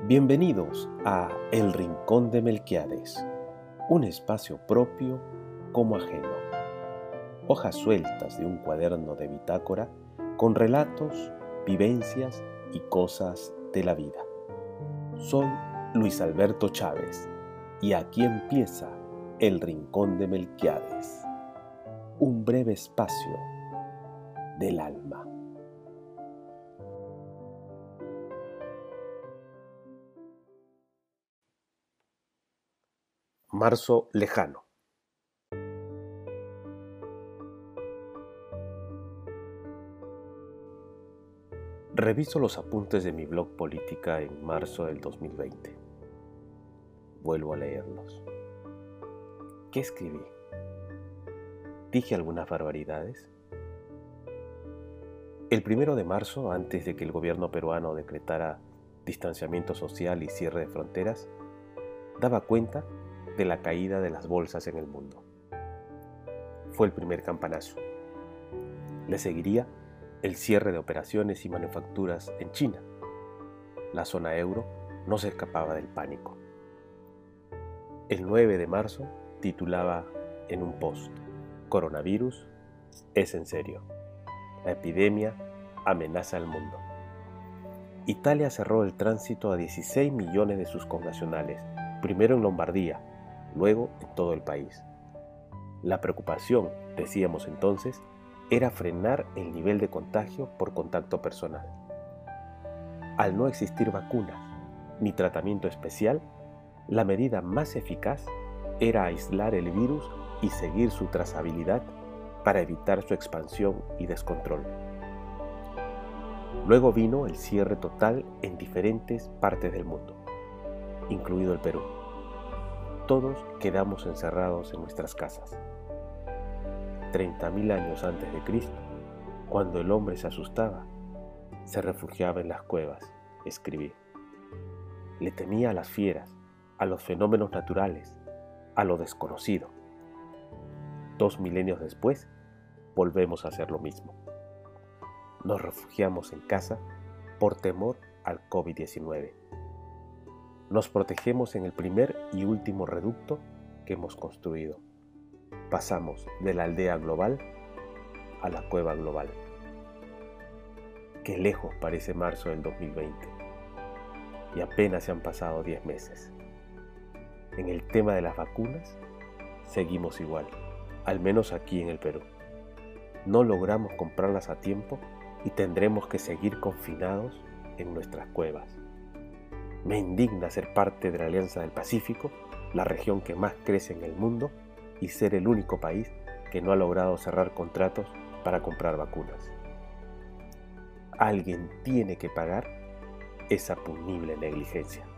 Bienvenidos a El Rincón de Melquiades, un espacio propio como ajeno. Hojas sueltas de un cuaderno de bitácora con relatos, vivencias y cosas de la vida. Soy Luis Alberto Chávez y aquí empieza El Rincón de Melquiades, un breve espacio del alma. Marzo lejano. Reviso los apuntes de mi blog Política en marzo del 2020. Vuelvo a leerlos. ¿Qué escribí? ¿Dije algunas barbaridades? El 1 de marzo, antes de que el gobierno peruano decretara distanciamiento social y cierre de fronteras, daba cuenta de la caída de las bolsas en el mundo. Fue el primer campanazo. Le seguiría el cierre de operaciones y manufacturas en China. La zona euro no se escapaba del pánico. El 9 de marzo titulaba en un post: Coronavirus es en serio. La epidemia amenaza al mundo. Italia cerró el tránsito a 16 millones de sus connacionales, primero en Lombardía, luego en todo el país. La preocupación, decíamos entonces, era frenar el nivel de contagio por contacto personal. Al no existir vacunas ni tratamiento especial, la medida más eficaz era aislar el virus y seguir su trazabilidad para evitar su expansión y descontrol. Luego vino el cierre total en diferentes partes del mundo, incluido el Perú. Todos quedamos encerrados en nuestras casas. 30.000 años antes de Cristo, cuando el hombre se asustaba, se refugiaba en las cuevas, escribí. Le temía a las fieras, a los fenómenos naturales, a lo desconocido. 2 milenios después, volvemos a hacer lo mismo. Nos refugiamos en casa por temor al COVID-19. Nos protegemos en el primer y último reducto que hemos construido. Pasamos de la aldea global a la cueva global. Qué lejos parece marzo del 2020. Y apenas se han pasado 10 meses. En el tema de las vacunas, seguimos igual, al menos aquí en el Perú. No logramos comprarlas a tiempo y tendremos que seguir confinados en nuestras cuevas. Me indigna ser parte de la Alianza del Pacífico, la región que más crece en el mundo, y ser el único país que no ha logrado cerrar contratos para comprar vacunas. Alguien tiene que pagar esa punible negligencia.